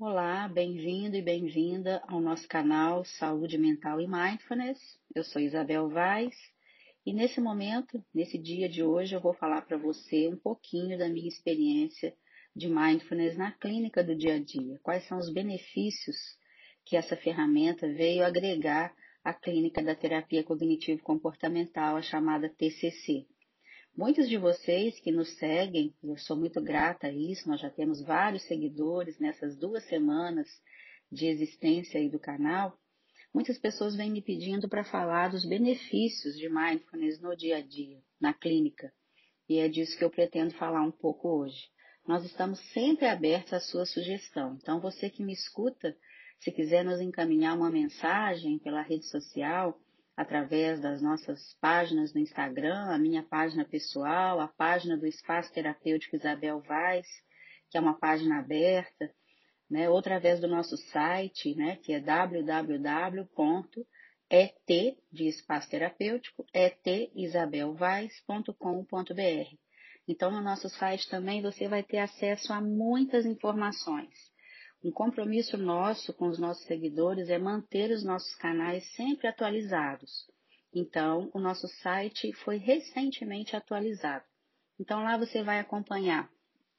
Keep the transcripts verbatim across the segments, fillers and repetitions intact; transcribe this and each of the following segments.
Olá, bem-vindo e bem-vinda ao nosso canal Saúde Mental e Mindfulness. Eu sou Isabel Vaz e nesse momento, nesse dia de hoje, eu vou falar para você um pouquinho da minha experiência de Mindfulness na clínica do dia a dia. Quais são os benefícios que essa ferramenta veio agregar à clínica da terapia cognitivo-comportamental, a chamada T C C. Muitos de vocês que nos seguem, eu sou muito grata a isso, nós já temos vários seguidores nessas duas semanas de existência aí do canal. Muitas pessoas vêm me pedindo para falar dos benefícios de Mindfulness no dia a dia, na clínica. E é disso que eu pretendo falar um pouco hoje. Nós estamos sempre abertos à sua sugestão. Então, você que me escuta, se quiser nos encaminhar uma mensagem pela rede social, através das nossas páginas no Instagram, a minha página pessoal, a página do Espaço Terapêutico Isabel Vaz, que é uma página aberta, né? Ou através do nosso site, né? Que é w w w ponto et, de Espaço Terapêutico, et isabel vaz ponto com ponto b r. Então, no nosso site também você vai ter acesso a muitas informações. Um compromisso nosso com os nossos seguidores é manter os nossos canais sempre atualizados. Então, o nosso site foi recentemente atualizado. Então, lá você vai acompanhar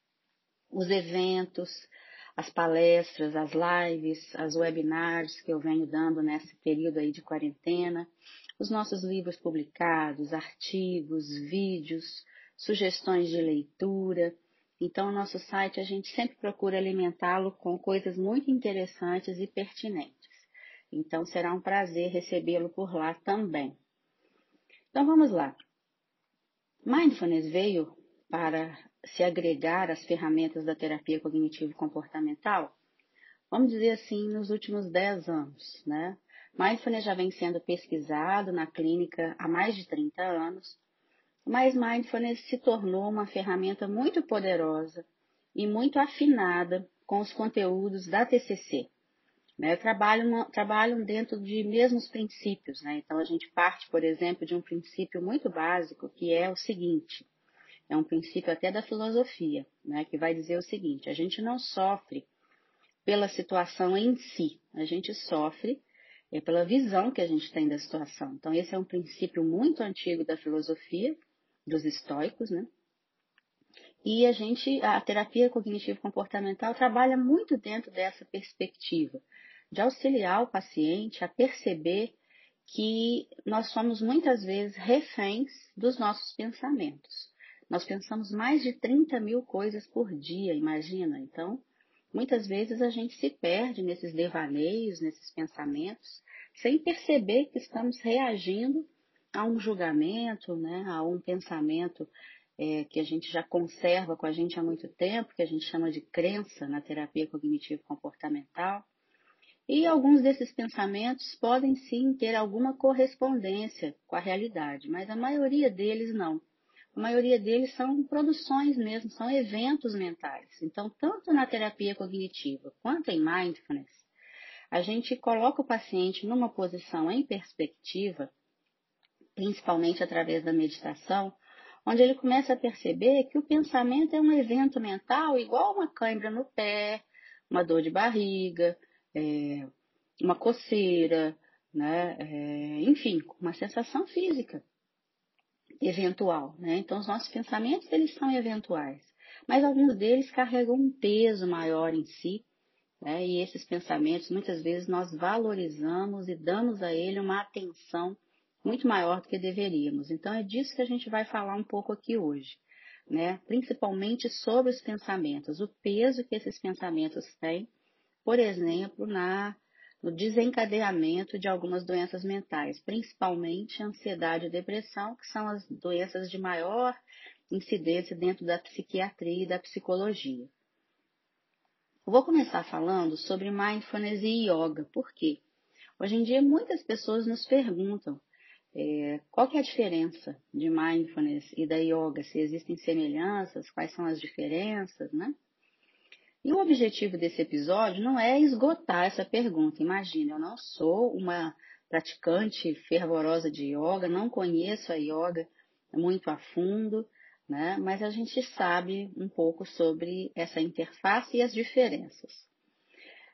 os eventos, as palestras, as lives, as webinars que eu venho dando nesse período aí de quarentena, os nossos livros publicados, artigos, vídeos, sugestões de leitura. Então, o nosso site a gente sempre procura alimentá-lo com coisas muito interessantes e pertinentes. Então, será um prazer recebê-lo por lá também. Então, vamos lá. Mindfulness veio para se agregar às ferramentas da terapia cognitivo-comportamental, vamos dizer assim, nos últimos dez anos, né? Mindfulness já vem sendo pesquisado na clínica há mais de trinta anos, mas Mindfulness se tornou uma ferramenta muito poderosa e muito afinada com os conteúdos da T C C. Né? Trabalham, trabalham dentro de mesmos princípios, né? Então, a gente parte, por exemplo, de um princípio muito básico, que é o seguinte, é um princípio até da filosofia, né? Que vai dizer o seguinte, a gente não sofre pela situação em si, a gente sofre é, pela visão que a gente tem da situação. Então, esse é um princípio muito antigo da filosofia, dos estoicos, né? E a gente, a terapia cognitivo-comportamental trabalha muito dentro dessa perspectiva, de auxiliar o paciente a perceber que nós somos muitas vezes reféns dos nossos pensamentos. Nós pensamos mais de trinta mil coisas por dia, imagina? Então, muitas vezes a gente se perde nesses devaneios, nesses pensamentos, sem perceber que estamos reagindo a um julgamento, né, a um pensamento é, que a gente já conserva com a gente há muito tempo, que a gente chama de crença na terapia cognitivo-comportamental. E alguns desses pensamentos podem sim ter alguma correspondência com a realidade, mas a maioria deles não. A maioria deles são produções mesmo, são eventos mentais. Então, tanto na terapia cognitiva quanto em mindfulness, a gente coloca o paciente numa posição em perspectiva, principalmente através da meditação, onde ele começa a perceber que o pensamento é um evento mental igual uma cãibra no pé, uma dor de barriga, é, uma coceira, né? É, enfim, uma sensação física eventual, né? Então, os nossos pensamentos, eles são eventuais, mas alguns deles carregam um peso maior em si, né? E esses pensamentos, muitas vezes, nós valorizamos e damos a ele uma atenção muito maior do que deveríamos. Então, é disso que a gente vai falar um pouco aqui hoje, né? Principalmente sobre os pensamentos, o peso que esses pensamentos têm, por exemplo, na, no desencadeamento de algumas doenças mentais, principalmente a ansiedade e depressão, que são as doenças de maior incidência dentro da psiquiatria e da psicologia. Eu vou começar falando sobre mindfulness e yoga. Por quê? Hoje em dia, muitas pessoas nos perguntam é, qual que é a diferença de mindfulness e da yoga, se existem semelhanças, quais são as diferenças, né? E o objetivo desse episódio não é esgotar essa pergunta. Imagina, eu não sou uma praticante fervorosa de yoga, não conheço a yoga muito a fundo, né? Mas a gente sabe um pouco sobre essa interface e as diferenças.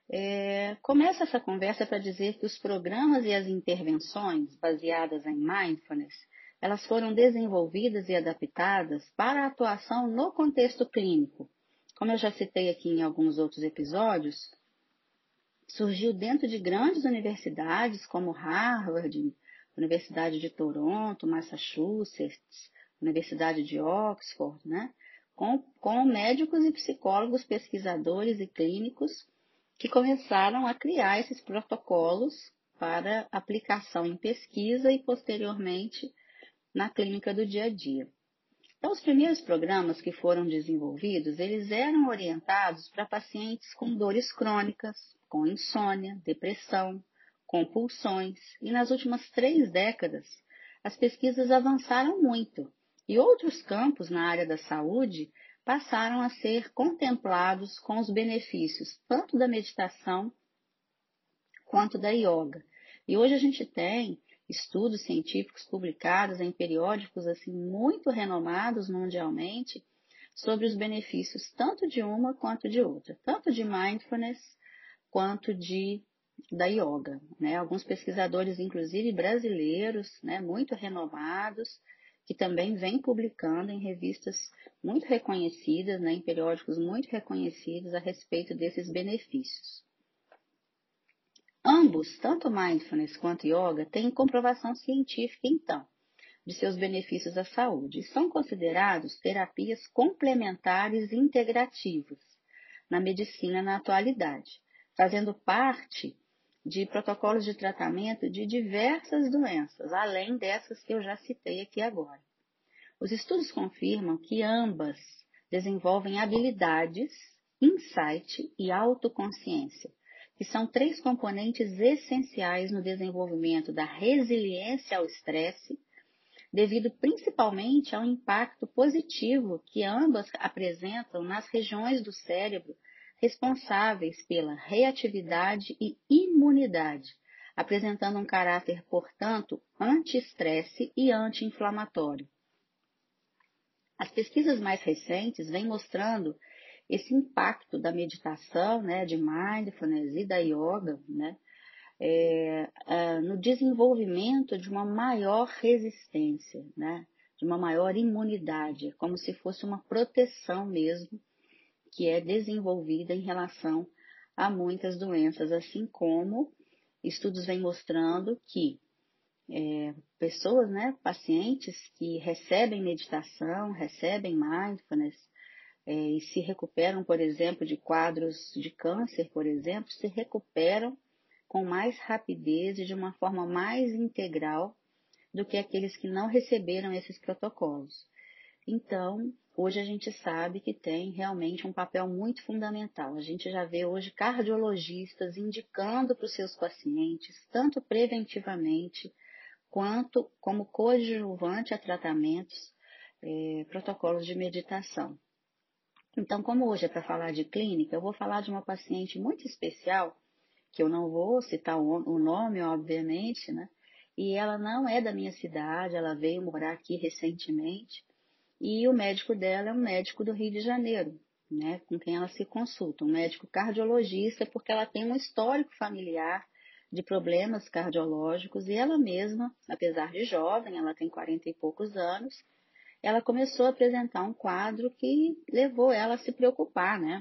É, começa essa conversa para dizer que os programas e as intervenções baseadas em mindfulness, elas foram desenvolvidas e adaptadas para a atuação no contexto clínico. Como eu já citei aqui em alguns outros episódios, surgiu dentro de grandes universidades como Harvard, Universidade de Toronto, Massachusetts, Universidade de Oxford, né? com, com médicos e psicólogos, pesquisadores e clínicos que começaram a criar esses protocolos para aplicação em pesquisa e, posteriormente, na clínica do dia a dia. Então, os primeiros programas que foram desenvolvidos, eles eram orientados para pacientes com dores crônicas, com insônia, depressão, compulsões. E nas últimas três décadas, as pesquisas avançaram muito e outros campos na área da saúde passaram a ser contemplados com os benefícios tanto da meditação quanto da yoga. E hoje a gente tem estudos científicos publicados em periódicos assim muito renomados mundialmente sobre os benefícios tanto de uma quanto de outra, tanto de mindfulness quanto de da yoga, né? Alguns pesquisadores, inclusive brasileiros, né, muito renomados, que também vêm publicando em revistas muito reconhecidas, né, em periódicos muito reconhecidos a respeito desses benefícios. Ambos, tanto mindfulness quanto yoga, têm comprovação científica, então, de seus benefícios à saúde e são considerados terapias complementares integrativas na medicina na atualidade, fazendo parte de protocolos de tratamento de diversas doenças, além dessas que eu já citei aqui agora. Os estudos confirmam que ambas desenvolvem habilidades, insight e autoconsciência, que são três componentes essenciais no desenvolvimento da resiliência ao estresse, devido principalmente ao impacto positivo que ambas apresentam nas regiões do cérebro responsáveis pela reatividade e imunidade, apresentando um caráter, portanto, anti-estresse e anti-inflamatório. As pesquisas mais recentes vêm mostrando esse impacto da meditação, né, de mindfulness e da yoga, né, é, é, no desenvolvimento de uma maior resistência, né, de uma maior imunidade, como se fosse uma proteção mesmo, que é desenvolvida em relação a muitas doenças, assim como estudos vêm mostrando que é, pessoas, né, pacientes que recebem meditação, recebem mindfulness, é, e se recuperam, por exemplo, de quadros de câncer, por exemplo, se recuperam com mais rapidez e de uma forma mais integral do que aqueles que não receberam esses protocolos. Então, hoje a gente sabe que tem realmente um papel muito fundamental. A gente já vê hoje cardiologistas indicando para os seus pacientes, tanto preventivamente quanto como coadjuvante a tratamentos, é, protocolos de meditação. Então, como hoje é para falar de clínica, eu vou falar de uma paciente muito especial, que eu não vou citar o nome, obviamente, né? E ela não é da minha cidade, ela veio morar aqui recentemente, e o médico dela é um médico do Rio de Janeiro, né? Com quem ela se consulta, um médico cardiologista, porque ela tem um histórico familiar de problemas cardiológicos, e ela mesma, apesar de jovem, ela tem quarenta e poucos anos, ela começou a apresentar um quadro que levou ela a se preocupar, né?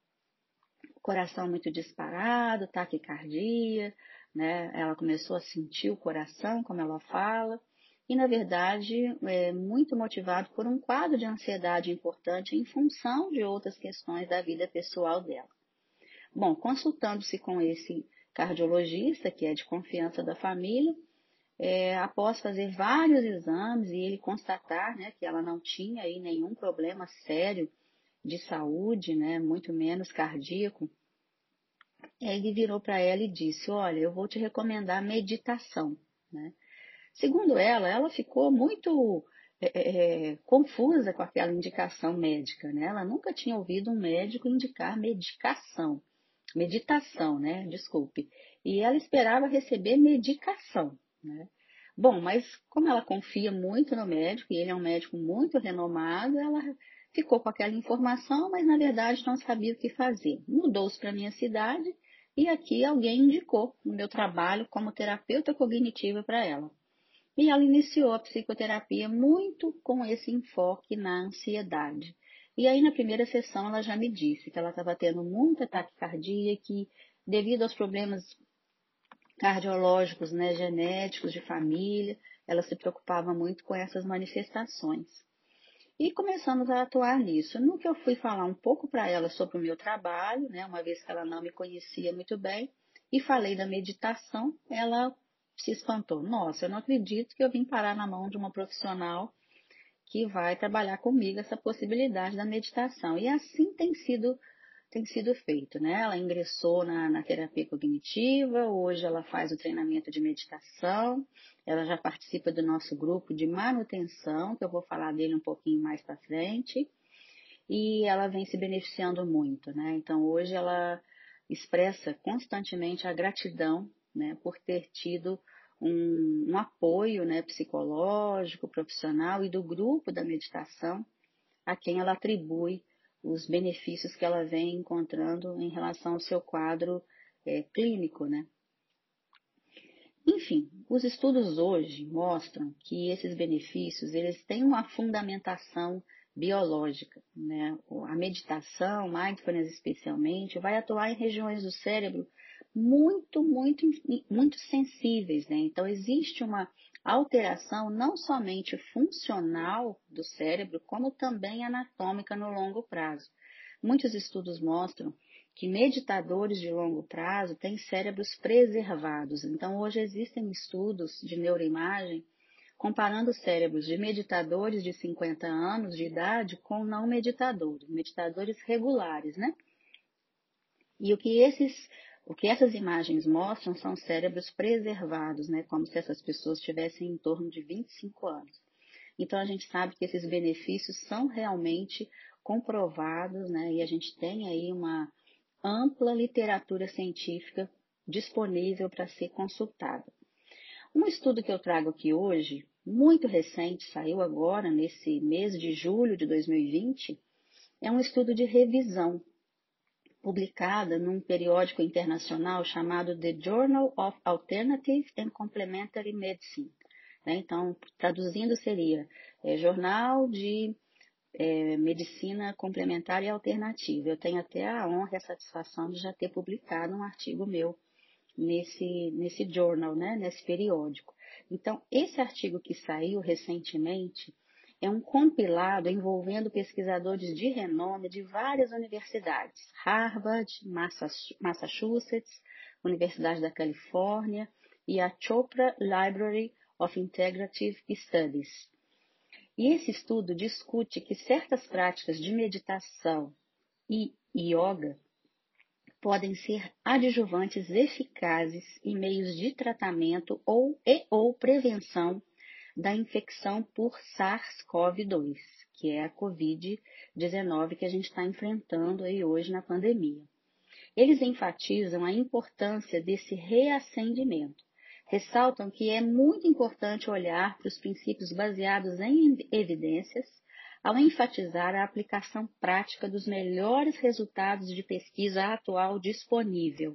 Coração muito disparado, taquicardia, né? Ela começou a sentir o coração, como ela fala, e na verdade é muito motivado por um quadro de ansiedade importante em função de outras questões da vida pessoal dela. Bom, consultando-se com esse cardiologista, que é de confiança da família, É, após fazer vários exames e ele constatar, né, que ela não tinha aí nenhum problema sério de saúde, né, muito menos cardíaco, ele virou para ela e disse: olha, eu vou te recomendar meditação, né? Segundo ela, ela ficou muito é, é, confusa com aquela indicação médica, né? Ela nunca tinha ouvido um médico indicar medicação, meditação, né? Desculpe. E ela esperava receber medicação, né? Bom, mas como ela confia muito no médico, e ele é um médico muito renomado, ela ficou com aquela informação, mas na verdade não sabia o que fazer. Mudou-se para a minha cidade E aqui alguém indicou o meu trabalho como terapeuta cognitiva para ela. E ela iniciou a psicoterapia muito com esse enfoque na ansiedade. E aí, na primeira sessão, ela já me disse que ela estava tendo muita taquicardia, que devido aos problemas cardiológicos, né, genéticos, de família, ela se preocupava muito com essas manifestações. E começamos a atuar nisso. No que eu fui falar um pouco para ela sobre o meu trabalho, né, uma vez que ela não me conhecia muito bem, e falei da meditação, ela se espantou. Nossa, eu não acredito que eu vim parar na mão de uma profissional que vai trabalhar comigo essa possibilidade da meditação. E assim tem sido, tem sido feito, né? Ela ingressou na, na terapia cognitiva, hoje ela faz o treinamento de meditação, ela já participa do nosso grupo de manutenção, que eu vou falar dele um pouquinho mais para frente, e ela vem se beneficiando muito, né? Então hoje ela expressa constantemente a gratidão, né, por ter tido um, um apoio, né, psicológico, profissional e do grupo da meditação a quem ela atribui os benefícios que ela vem encontrando em relação ao seu quadro é, clínico, né? Enfim, os estudos hoje mostram que esses benefícios eles têm uma fundamentação biológica, né? A meditação, mindfulness especialmente, vai atuar em regiões do cérebro muito, muito, muito sensíveis, né? Então existe uma alteração não somente funcional do cérebro, como também anatômica no longo prazo. Muitos estudos mostram que meditadores de longo prazo têm cérebros preservados. Então, hoje existem estudos de neuroimagem comparando cérebros de meditadores de cinquenta anos de idade com não meditadores, meditadores regulares, né? E o que esses, o que essas imagens mostram são cérebros preservados, né? Como se essas pessoas tivessem em torno de vinte e cinco anos. Então, a gente sabe que esses benefícios são realmente comprovados, né? E a gente tem aí uma ampla literatura científica disponível para ser consultada. Um estudo que eu trago aqui hoje, muito recente, saiu agora nesse mês de julho de dois mil e vinte, é um estudo de revisão, publicada num periódico internacional chamado The Journal of Alternative and Complementary Medicine. Então, traduzindo seria é, Jornal de É, medicina complementar e alternativa. Eu tenho até a honra e a satisfação de já ter publicado um artigo meu nesse, nesse journal, né, nesse periódico. Então, esse artigo que saiu recentemente é um compilado envolvendo pesquisadores de renome de várias universidades, Harvard, Massachusetts, Universidade da Califórnia e a Chopra Library of Integrative Studies. E esse estudo discute que certas práticas de meditação e yoga podem ser adjuvantes eficazes em meios de tratamento ou, e, ou prevenção da infecção por SARS-CoV dois, que é a covid dezenove que a gente está enfrentando aí hoje na pandemia. Eles enfatizam a importância desse reacendimento. Ressaltam que é muito importante olhar para os princípios baseados em evidências ao enfatizar a aplicação prática dos melhores resultados de pesquisa atual disponível.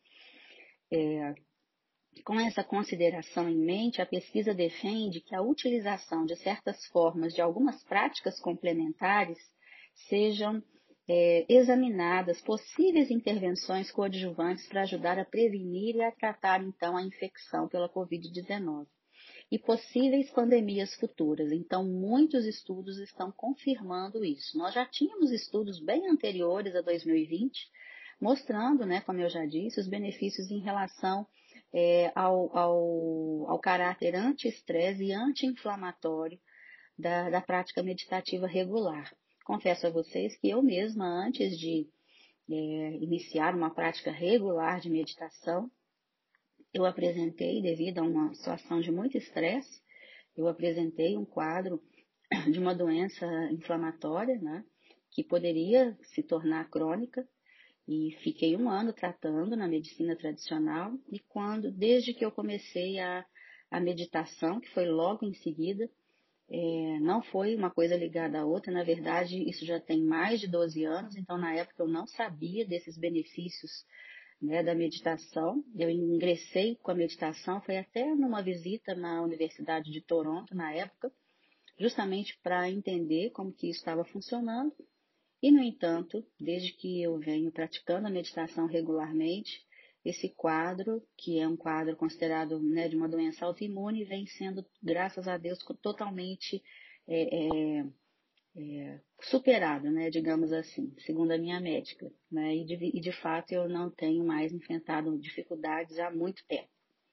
É, com essa consideração em mente, a pesquisa defende que a utilização de certas formas de algumas práticas complementares sejam É, examinadas possíveis intervenções coadjuvantes para ajudar a prevenir e a tratar, então, a infecção pela covid dezenove e possíveis pandemias futuras. Então, muitos estudos estão confirmando isso. Nós já tínhamos estudos bem anteriores a dois mil e vinte, mostrando, né, como eu já disse, os benefícios em relação é, ao, ao, ao caráter anti-estresse e anti-inflamatório da, da prática meditativa regular. Confesso a vocês que eu mesma, antes de é, iniciar uma prática regular de meditação, eu apresentei, devido a uma situação de muito estresse, eu apresentei um quadro de uma doença inflamatória, né, que poderia se tornar crônica, e fiquei um ano tratando na medicina tradicional, e quando, desde que eu comecei a, a meditação, que foi logo em seguida, É, não foi uma coisa ligada à outra, na verdade, isso já tem mais de doze anos, então na época eu não sabia desses benefícios né, da meditação. Eu ingressei com a meditação, foi até numa visita na Universidade de Toronto, na época, justamente para entender como que isso estava funcionando. E, no entanto, desde que eu venho praticando a meditação regularmente, esse quadro, que é um quadro considerado, né, de uma doença autoimune, vem sendo, graças a Deus, totalmente é, é, é, superado, né, digamos assim, segundo a minha médica. Né, e, de, e, de fato, eu não tenho mais enfrentado dificuldades há muito tempo.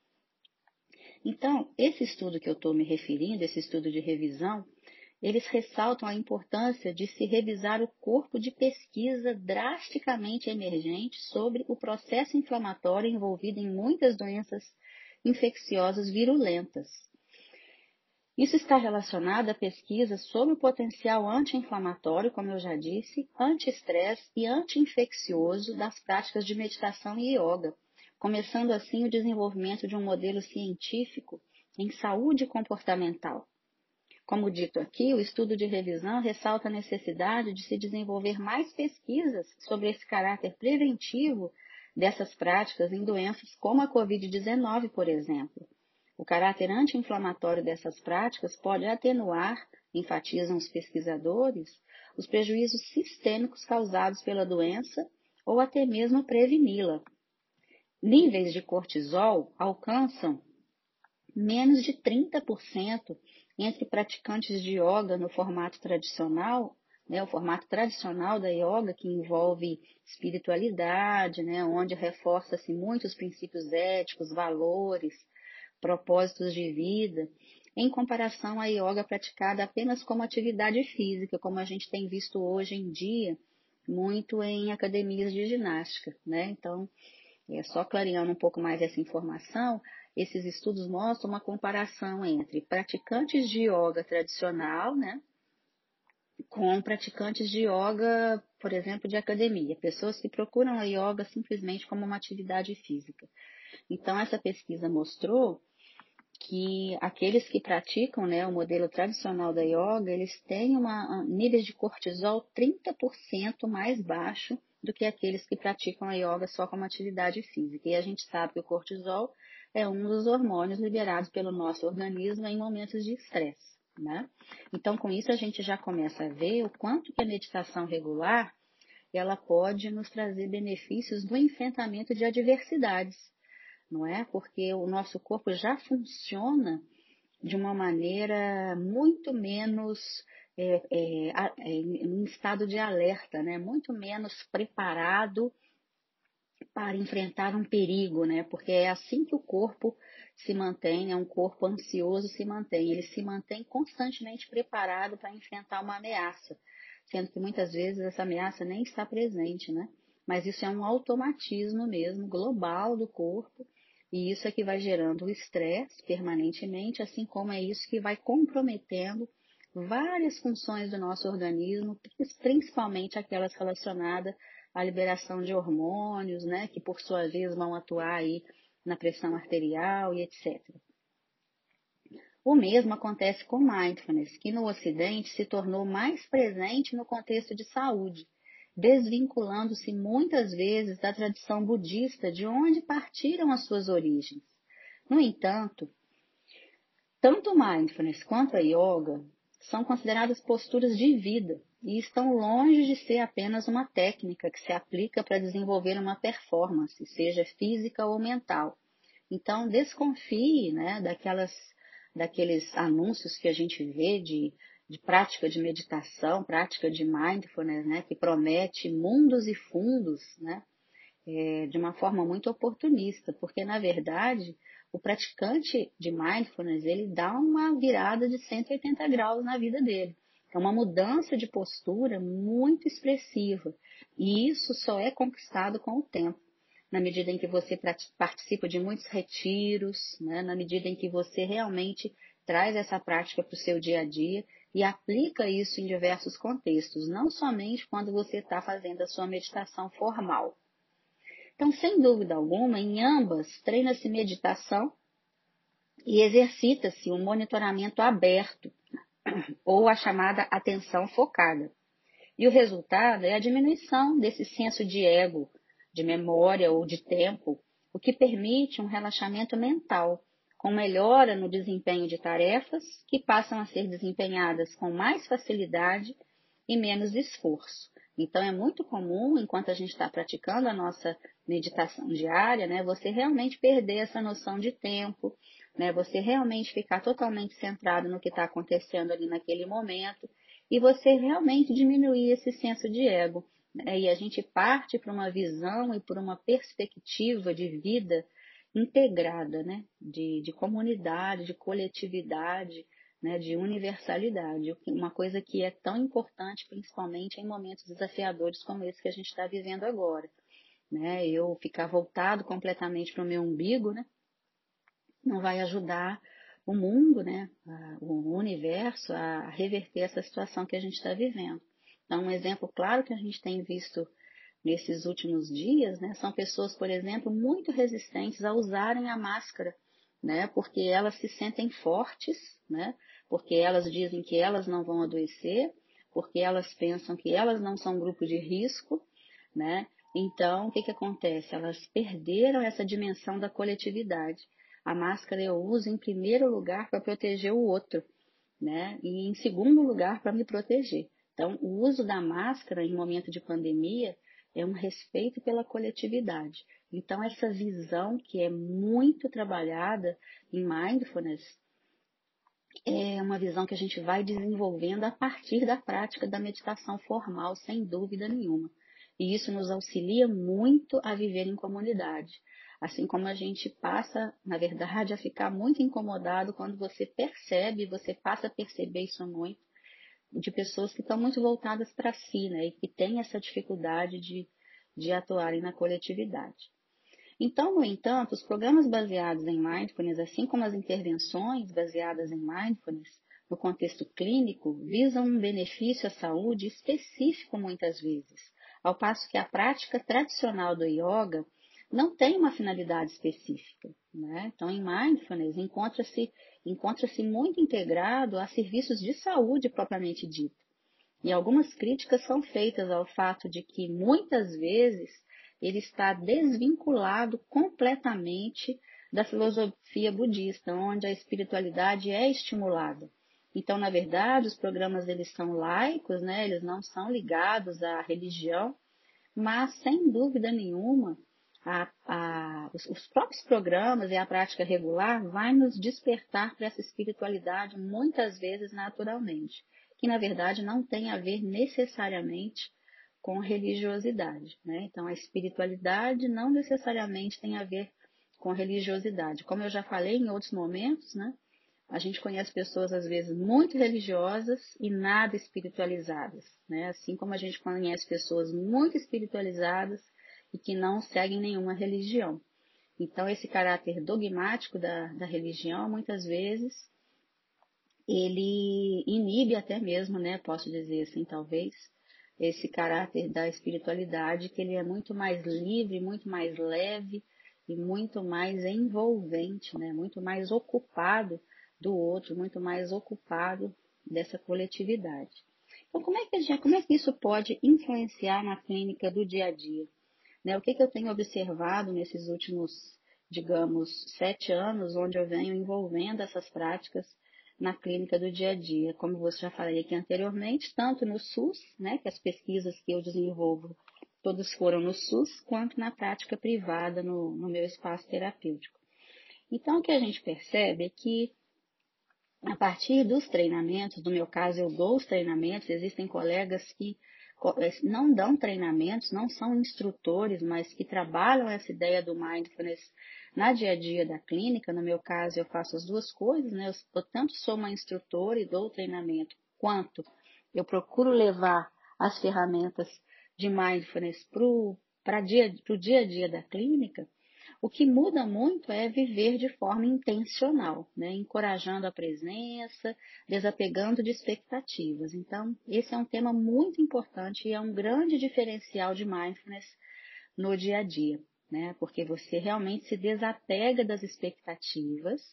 Então, esse estudo que eu estou me referindo, esse estudo de revisão, eles ressaltam a importância de se revisar o corpo de pesquisa drasticamente emergente sobre o processo inflamatório envolvido em muitas doenças infecciosas virulentas. Isso está relacionado à pesquisa sobre o potencial anti-inflamatório, como eu já disse, anti-estresse e anti-infeccioso das práticas de meditação e yoga, começando assim o desenvolvimento de um modelo científico em saúde comportamental. Como dito aqui, o estudo de revisão ressalta a necessidade de se desenvolver mais pesquisas sobre esse caráter preventivo dessas práticas em doenças como a covid dezenove, por exemplo. O caráter anti-inflamatório dessas práticas pode atenuar, enfatizam os pesquisadores, os prejuízos sistêmicos causados pela doença ou até mesmo preveni-la. Níveis de cortisol alcançam menos de trinta por cento entre praticantes de yoga no formato tradicional, né, o formato tradicional da yoga, que envolve espiritualidade, né, onde reforça-se muitos princípios éticos, valores, propósitos de vida, em comparação à yoga praticada apenas como atividade física, como a gente tem visto hoje em dia, muito em academias de ginástica, né? Então, é só clareando um pouco mais essa informação, esses estudos mostram uma comparação entre praticantes de yoga tradicional, né, com praticantes de yoga, por exemplo, de academia, pessoas que procuram a yoga simplesmente como uma atividade física. Então, essa pesquisa mostrou que aqueles que praticam, né, o modelo tradicional da yoga, eles têm uma, níveis de cortisol trinta por cento mais baixo do que aqueles que praticam a yoga só como atividade física. E a gente sabe que o cortisol é um dos hormônios liberados pelo nosso organismo em momentos de estresse, né? Então, com isso, a gente já começa a ver o quanto que a meditação regular ela pode nos trazer benefícios no enfrentamento de adversidades, não é? Porque o nosso corpo já funciona de uma maneira muito menos é, é, é, em estado de alerta, né? Muito menos preparado para enfrentar um perigo, né? Porque é assim que o corpo se mantém, é um corpo ansioso se mantém, ele se mantém constantemente preparado para enfrentar uma ameaça, sendo que muitas vezes essa ameaça nem está presente, né? Mas isso é um automatismo mesmo, global do corpo, e isso é que vai gerando o estresse permanentemente, assim como é isso que vai comprometendo várias funções do nosso organismo, principalmente aquelas relacionadas à liberação de hormônios, né, que por sua vez vão atuar aí na pressão arterial e etcétera. O mesmo acontece com mindfulness, que no Ocidente se tornou mais presente no contexto de saúde, desvinculando-se muitas vezes da tradição budista de onde partiram as suas origens. No entanto, tanto o mindfulness quanto a yoga são consideradas posturas de vida e estão longe de ser apenas uma técnica que se aplica para desenvolver uma performance, seja física ou mental. Então, desconfie, né, daquelas, daqueles anúncios que a gente vê de, de prática de meditação, prática de mindfulness, né, que promete mundos e fundos, né, é, de uma forma muito oportunista, porque, na verdade, o praticante de mindfulness, ele dá uma virada de cento e oitenta graus na vida dele. É uma mudança de postura muito expressiva. E isso só é conquistado com o tempo. Na medida em que você participa de muitos retiros, né? Na medida em que você realmente traz essa prática para o seu dia a dia e aplica isso em diversos contextos, não somente quando você está fazendo a sua meditação formal. Então, sem dúvida alguma, em ambas, treina-se meditação e exercita-se um monitoramento aberto, ou a chamada atenção focada. E o resultado é a diminuição desse senso de ego, de memória ou de tempo, o que permite um relaxamento mental, com melhora no desempenho de tarefas que passam a ser desempenhadas com mais facilidade e menos esforço. Então, é muito comum, enquanto a gente está praticando a nossa meditação diária, né, você realmente perder essa noção de tempo, né, você realmente ficar totalmente centrado no que está acontecendo ali naquele momento e você realmente diminuir esse senso de ego. Né, e a gente parte para uma visão e para uma perspectiva de vida integrada, né, de, de comunidade, de coletividade, né, de universalidade, uma coisa que é tão importante, principalmente em momentos desafiadores como esse que a gente está vivendo agora. Né? Eu ficar voltado completamente para o meu umbigo, né, não vai ajudar o mundo, né, o universo a reverter essa situação que a gente está vivendo. Então, um exemplo claro que a gente tem visto nesses últimos dias, né, são pessoas, por exemplo, muito resistentes a usarem a máscara, né, porque elas se sentem fortes, né, porque elas dizem que elas não vão adoecer, porque elas pensam que elas não são grupo de risco, né? Então, o que que acontece? Elas perderam essa dimensão da coletividade. A máscara eu uso em primeiro lugar para proteger o outro, né? E em segundo lugar para me proteger. Então, o uso da máscara em momento de pandemia é um respeito pela coletividade. Então, essa visão que é muito trabalhada em mindfulness é uma visão que a gente vai desenvolvendo a partir da prática da meditação formal, sem dúvida nenhuma. E isso nos auxilia muito a viver em comunidade. Assim como a gente passa, na verdade, a ficar muito incomodado quando você percebe, você passa a perceber isso muito, de pessoas que estão muito voltadas para si, né, e que têm essa dificuldade de, de atuarem na coletividade. Então, no entanto, os programas baseados em mindfulness, assim como as intervenções baseadas em mindfulness, no contexto clínico, visam um benefício à saúde específico muitas vezes, ao passo que a prática tradicional do yoga não tem uma finalidade específica. Né? Então, em mindfulness, encontra-se encontra-se muito integrado a serviços de saúde propriamente dito. E algumas críticas são feitas ao fato de que, muitas vezes, ele está desvinculado completamente da filosofia budista, onde a espiritualidade é estimulada. Então, na verdade, os programas eles são laicos, né? Eles não são ligados à religião, mas, sem dúvida nenhuma, a, a, os, os próprios programas e a prática regular vai nos despertar para essa espiritualidade muitas vezes naturalmente, que na verdade não tem a ver necessariamente com religiosidade. Né? Então, a espiritualidade não necessariamente tem a ver com religiosidade. Como eu já falei em outros momentos, né? A gente conhece pessoas, às vezes, muito religiosas e nada espiritualizadas. Né? Assim como a gente conhece pessoas muito espiritualizadas e que não seguem nenhuma religião. Então, esse caráter dogmático da, da religião, muitas vezes, ele inibe até mesmo, né? Posso dizer assim, talvez, esse caráter da espiritualidade, que ele é muito mais livre, muito mais leve e muito mais envolvente, né? Muito mais ocupado do outro, muito mais ocupado dessa coletividade. Então, como é que, gente, como é que isso pode influenciar na clínica do dia a dia? Né? O que, que eu tenho observado nesses últimos, digamos, sete anos, onde eu venho envolvendo essas práticas na clínica do dia a dia? Como você já falei aqui anteriormente, tanto no SUS, né, que as pesquisas que eu desenvolvo todas foram no SUS, quanto na prática privada, no, no meu espaço terapêutico. Então, o que a gente percebe é que, a partir dos treinamentos, no meu caso eu dou os treinamentos, existem colegas que não dão treinamentos, não são instrutores, mas que trabalham essa ideia do mindfulness na dia a dia da clínica. No meu caso eu faço as duas coisas, né? Eu tanto sou uma instrutora e dou treinamento, quanto eu procuro levar as ferramentas de mindfulness para o dia, dia a dia da clínica. O que muda muito é viver de forma intencional, né? Encorajando a presença, desapegando de expectativas. Então, esse é um tema muito importante e é um grande diferencial de mindfulness no dia a dia, né? Porque você realmente se desapega das expectativas,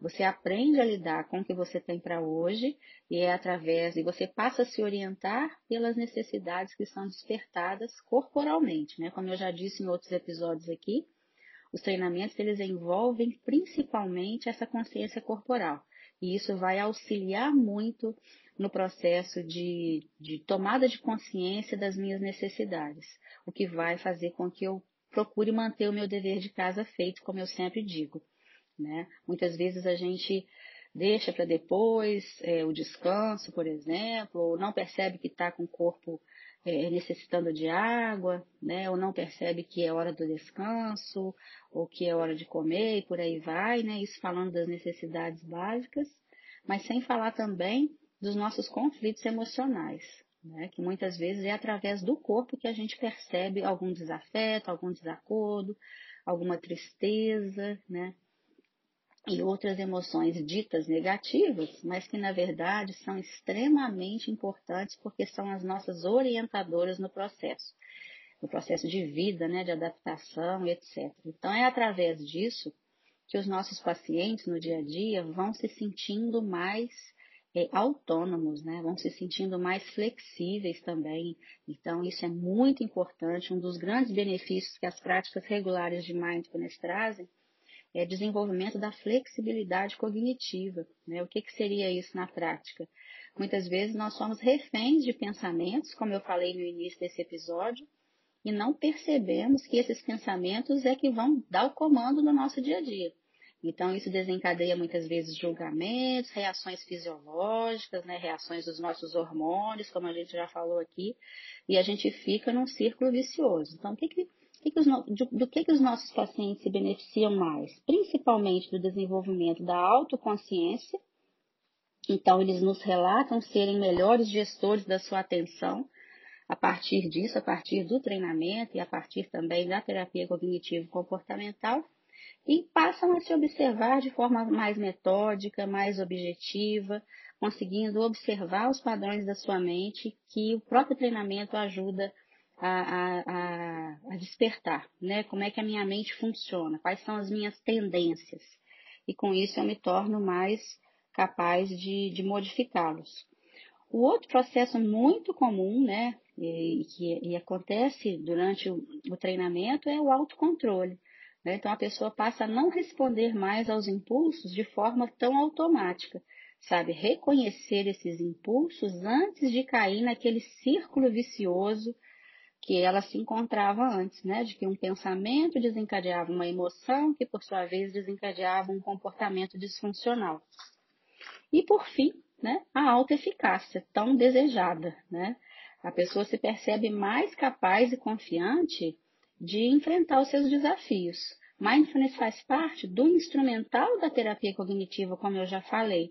Você aprende a lidar com o que você tem para hoje e é através, e você passa a se orientar pelas necessidades que são despertadas corporalmente, né? Como eu já disse em outros episódios aqui, os treinamentos eles envolvem principalmente essa consciência corporal. E isso vai auxiliar muito no processo de, de tomada de consciência das minhas necessidades, o que vai fazer com que eu procure manter o meu dever de casa feito, como eu sempre digo, né? Muitas vezes a gente deixa para depois é, o descanso, por exemplo, ou não percebe que está com o corpo é, necessitando de água, né? Ou não percebe que é hora do descanso, ou que é hora de comer, e por aí vai, né? Isso falando das necessidades básicas, mas sem falar também dos nossos conflitos emocionais, né? Que muitas vezes é através do corpo que a gente percebe algum desafeto, algum desacordo, alguma tristeza, né? E outras emoções ditas negativas, mas que na verdade são extremamente importantes porque são as nossas orientadoras no processo, no processo de vida, né, de adaptação, etcétera. Então é através disso que os nossos pacientes no dia a dia vão se sentindo mais é, autônomos, né, vão se sentindo mais flexíveis também. Então isso é muito importante, um dos grandes benefícios que as práticas regulares de mindfulness trazem é desenvolvimento da flexibilidade cognitiva, né? O que, que seria isso na prática? Muitas vezes nós somos reféns de pensamentos, como eu falei no início desse episódio, e não percebemos que esses pensamentos é que vão dar o comando no nosso dia a dia. Então, isso desencadeia muitas vezes julgamentos, reações fisiológicas, né? Reações dos nossos hormônios, como a gente já falou aqui, e a gente fica num círculo vicioso. Então, o que, que que que os, do, do que, que os nossos pacientes se beneficiam mais? Principalmente do desenvolvimento da autoconsciência. Então, eles nos relatam serem melhores gestores da sua atenção a partir disso, a partir do treinamento e a partir também da terapia cognitivo-comportamental, e passam a se observar de forma mais metódica, mais objetiva, conseguindo observar os padrões da sua mente que o próprio treinamento ajuda a, a, a despertar, né? Como é que a minha mente funciona, quais são as minhas tendências. E com isso eu me torno mais capaz de, de modificá-los. O outro processo muito comum, né, e que e acontece durante o, o treinamento é o autocontrole. Né? Então a pessoa passa a não responder mais aos impulsos de forma tão automática, sabe? Reconhecer esses impulsos antes de cair naquele círculo vicioso que ela se encontrava antes, né? De que um pensamento desencadeava uma emoção, que por sua vez desencadeava um comportamento disfuncional. E por fim, né, a autoeficácia, tão desejada, né? A pessoa se percebe mais capaz e confiante de enfrentar os seus desafios. Mindfulness faz parte do instrumental da terapia cognitiva, como eu já falei.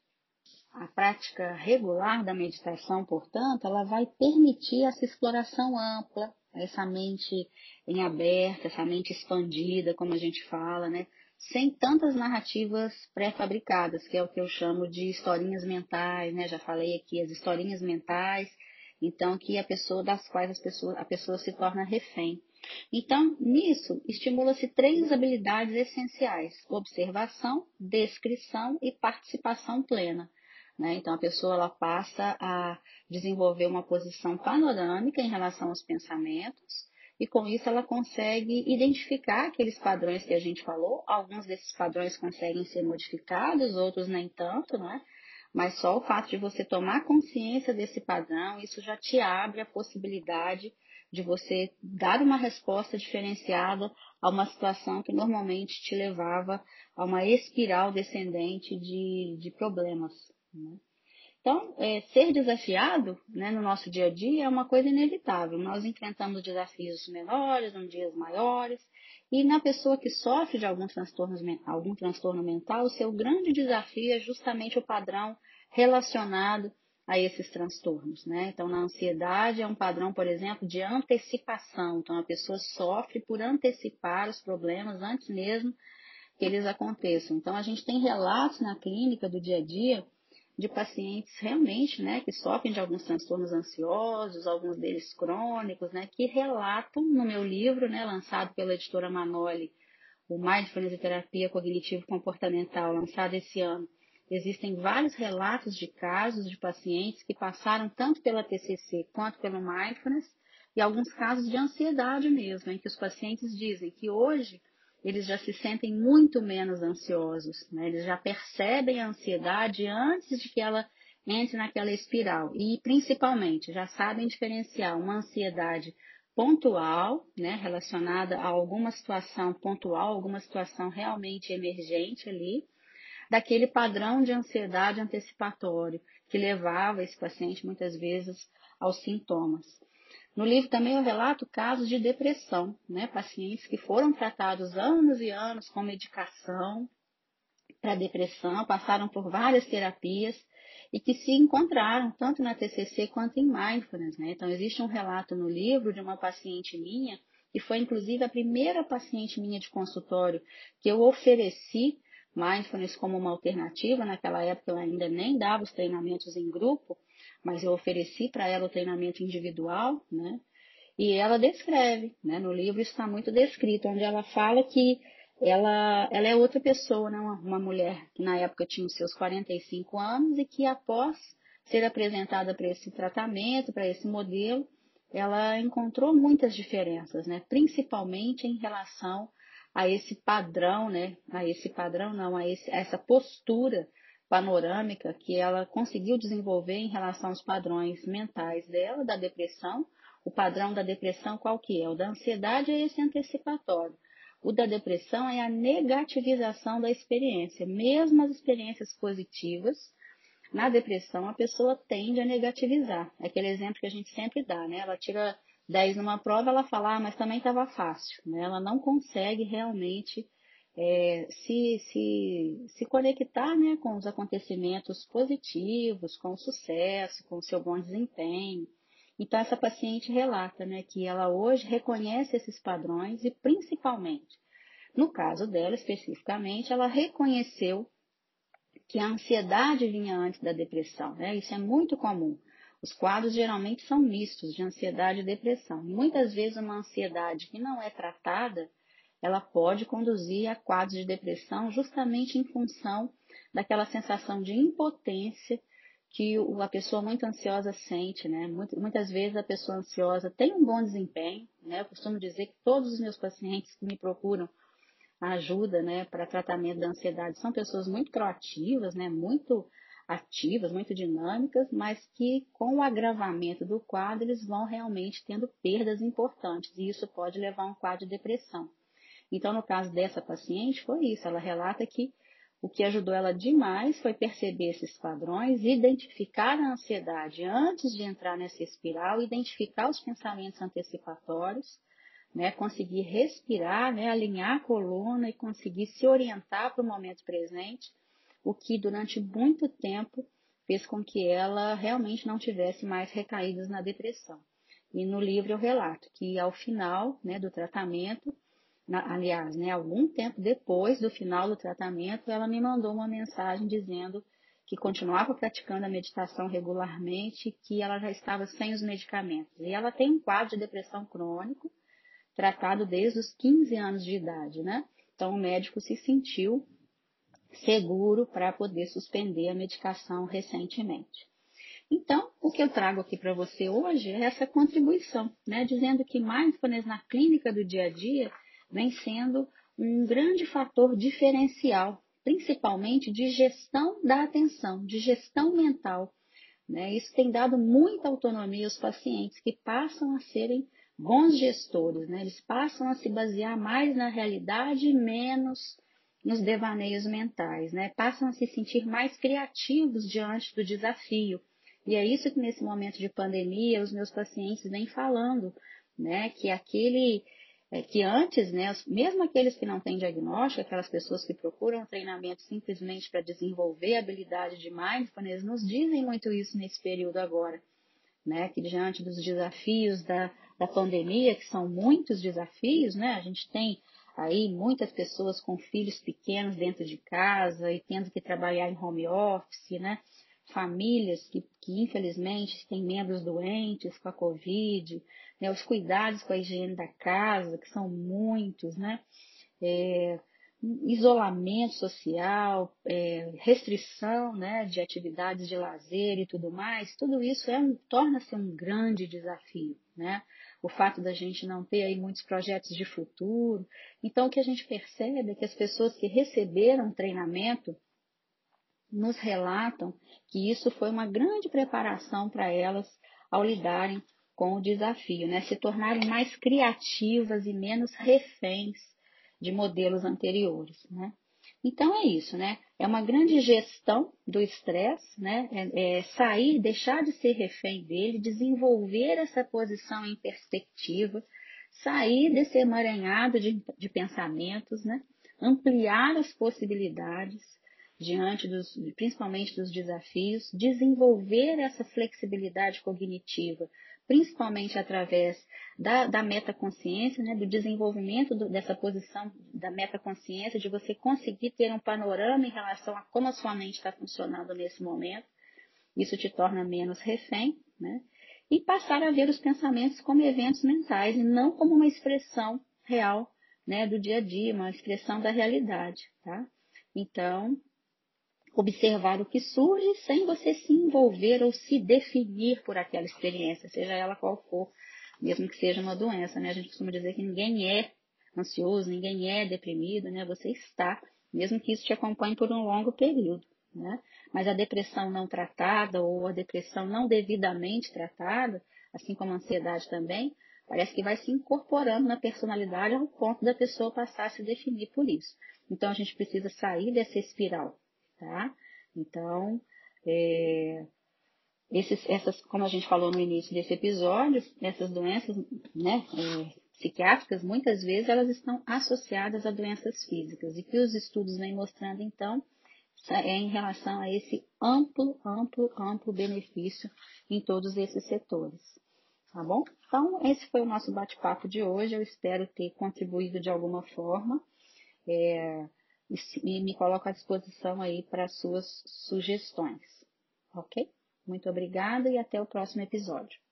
A prática regular da meditação, portanto, ela vai permitir essa exploração ampla, essa mente em aberto, essa mente expandida, como a gente fala, né? Sem tantas narrativas pré-fabricadas, que é o que eu chamo de historinhas mentais, né? Já falei aqui, as historinhas mentais, então que a pessoa, das quais as pessoas, a pessoa se torna refém. Então, nisso, estimula-se três habilidades essenciais: observação, descrição e participação plena. Né? Então, a pessoa ela passa a desenvolver uma posição panorâmica em relação aos pensamentos, e com isso ela consegue identificar aqueles padrões que a gente falou. Alguns desses padrões conseguem ser modificados, outros nem tanto, não é? Mas só o fato de você tomar consciência desse padrão, isso já te abre a possibilidade de você dar uma resposta diferenciada a uma situação que normalmente te levava a uma espiral descendente de, de problemas. Né? Então, é, ser desafiado, né, no nosso dia a dia é uma coisa inevitável. Nós enfrentamos desafios menores, um dias maiores, e na pessoa que sofre de algum transtorno, algum transtorno mental, o seu grande desafio é justamente o padrão relacionado a esses transtornos. Né? Então, na ansiedade é um padrão, por exemplo, de antecipação. Então, a pessoa sofre por antecipar os problemas antes mesmo que eles aconteçam. Então, a gente tem relatos na clínica do dia a dia de pacientes realmente, né, que sofrem de alguns transtornos ansiosos, alguns deles crônicos, né, que relatam no meu livro, né, lançado pela editora Manoli, o Mindfulness e Terapia Cognitivo-Comportamental, lançado esse ano, existem vários relatos de casos de pacientes que passaram tanto pela T C C quanto pelo Mindfulness, e alguns casos de ansiedade mesmo, em que os pacientes dizem que hoje eles já se sentem muito menos ansiosos, né? Eles já percebem a ansiedade antes de que ela entre naquela espiral e, principalmente, já sabem diferenciar uma ansiedade pontual, né, relacionada a alguma situação pontual, alguma situação realmente emergente ali, daquele padrão de ansiedade antecipatório que levava esse paciente muitas vezes aos sintomas. No livro também eu relato casos de depressão, né, pacientes que foram tratados anos e anos com medicação para depressão, passaram por várias terapias e que se encontraram tanto na T C C quanto em Mindfulness, né? Então existe um relato no livro de uma paciente minha, que foi inclusive a primeira paciente minha de consultório que eu ofereci Mindfulness como uma alternativa. Naquela época eu ainda nem dava os treinamentos em grupo, mas eu ofereci para ela o treinamento individual, né? E ela descreve, né? No livro isso está muito descrito, onde ela fala que ela, ela é outra pessoa, né? Uma, uma mulher que na época tinha os seus quarenta e cinco anos e que após ser apresentada para esse tratamento, para esse modelo, ela encontrou muitas diferenças, né? Principalmente em relação a esse padrão, né? A esse padrão não, a, esse, a essa postura panorâmica que ela conseguiu desenvolver em relação aos padrões mentais dela, da depressão. O padrão da depressão qual que é? O da ansiedade é esse antecipatório. O da depressão é a negativização da experiência. Mesmo as experiências positivas, na depressão a pessoa tende a negativizar. É aquele exemplo que a gente sempre dá, né? Ela tira dez numa prova, ela fala, ah, mas também estava fácil, né? Ela não consegue realmente é, se, se, se conectar, né, com os acontecimentos positivos, com o sucesso, com o seu bom desempenho. Então, essa paciente relata, né, que ela hoje reconhece esses padrões e, principalmente, no caso dela especificamente, ela reconheceu que a ansiedade vinha antes da depressão, né? Isso é muito comum. Os quadros geralmente são mistos de ansiedade e depressão. Muitas vezes uma ansiedade que não é tratada, ela pode conduzir a quadros de depressão justamente em função daquela sensação de impotência que a pessoa muito ansiosa sente, né? Muitas vezes a pessoa ansiosa tem um bom desempenho, né? Eu costumo dizer que todos os meus pacientes que me procuram ajuda, né, para tratamento da ansiedade são pessoas muito proativas, né, muito ativas, muito dinâmicas, mas que com o agravamento do quadro eles vão realmente tendo perdas importantes e isso pode levar a um quadro de depressão. Então, no caso dessa paciente, foi isso. Ela relata que o que ajudou ela demais foi perceber esses padrões, identificar a ansiedade antes de entrar nessa espiral, identificar os pensamentos antecipatórios, né, conseguir respirar, né, alinhar a coluna e conseguir se orientar para o momento presente, o que durante muito tempo fez com que ela realmente não tivesse mais recaídas na depressão. E no livro eu relato que ao final, né, do tratamento, na, aliás, né, algum tempo depois do final do tratamento, ela me mandou uma mensagem dizendo que continuava praticando a meditação regularmente, que ela já estava sem os medicamentos. E ela tem um quadro de depressão crônico, tratado desde os quinze anos de idade, né? Então o médico se sentiu seguro para poder suspender a medicação recentemente. Então, o que eu trago aqui para você hoje é essa contribuição, né? Dizendo que Mindfulness na clínica do dia a dia vem sendo um grande fator diferencial, principalmente de gestão da atenção, de gestão mental, né? Isso tem dado muita autonomia aos pacientes que passam a serem bons gestores, né? Eles passam a se basear mais na realidade e menos nos devaneios mentais, né? Passam a se sentir mais criativos diante do desafio. E é isso que nesse momento de pandemia os meus pacientes vêm falando, né? Que aquele é, que antes, né, mesmo aqueles que não têm diagnóstico, aquelas pessoas que procuram treinamento simplesmente para desenvolver a habilidade de mindfulness, nos dizem muito isso nesse período agora, né, que diante dos desafios da, da pandemia, que são muitos desafios, né, a gente tem aí muitas pessoas com filhos pequenos dentro de casa e tendo que trabalhar em home office, né, famílias que, que infelizmente têm membros doentes com a Covid, né, os cuidados com a higiene da casa, que são muitos, né? é, isolamento social, é, restrição, né, de atividades de lazer e tudo mais, tudo isso é um, torna-se um grande desafio, né? O fato da gente não ter aí muitos projetos de futuro. Então, o que a gente percebe é que as pessoas que receberam treinamento nos relatam que isso foi uma grande preparação para elas ao lidarem com o desafio, né? Se tornarem mais criativas e menos reféns de modelos anteriores, né? Então é isso, né? É uma grande gestão do estresse, né? É, é sair, deixar de ser refém dele, desenvolver essa posição em perspectiva, sair desse emaranhado de, de pensamentos, né? Ampliar as possibilidades diante dos, principalmente dos desafios, desenvolver essa flexibilidade cognitiva, principalmente através da, da metaconsciência, né, do desenvolvimento do, dessa posição da metaconsciência, de você conseguir ter um panorama em relação a como a sua mente está funcionando nesse momento. Isso te torna menos refém, né? E passar a ver os pensamentos como eventos mentais e não como uma expressão real, né, do dia a dia, uma expressão da realidade, tá? Então, observar o que surge sem você se envolver ou se definir por aquela experiência, seja ela qual for, mesmo que seja uma doença, né? A gente costuma dizer que ninguém é ansioso, ninguém é deprimido, né? Você está, mesmo que isso te acompanhe por um longo período, né? Mas a depressão não tratada ou a depressão não devidamente tratada, assim como a ansiedade também, parece que vai se incorporando na personalidade ao ponto da pessoa passar a se definir por isso. Então a gente precisa sair dessa espiral. Tá? Então, é, esses, essas, como a gente falou no início desse episódio, essas doenças, né, é, psiquiátricas, muitas vezes elas estão associadas a doenças físicas. E que os estudos vêm mostrando, então, é em relação a esse amplo, amplo, amplo benefício em todos esses setores. Tá bom? Então, esse foi o nosso bate-papo de hoje. Eu espero ter contribuído de alguma forma. É, e me coloco à disposição aí para suas sugestões, ok? Muito obrigada e até o próximo episódio.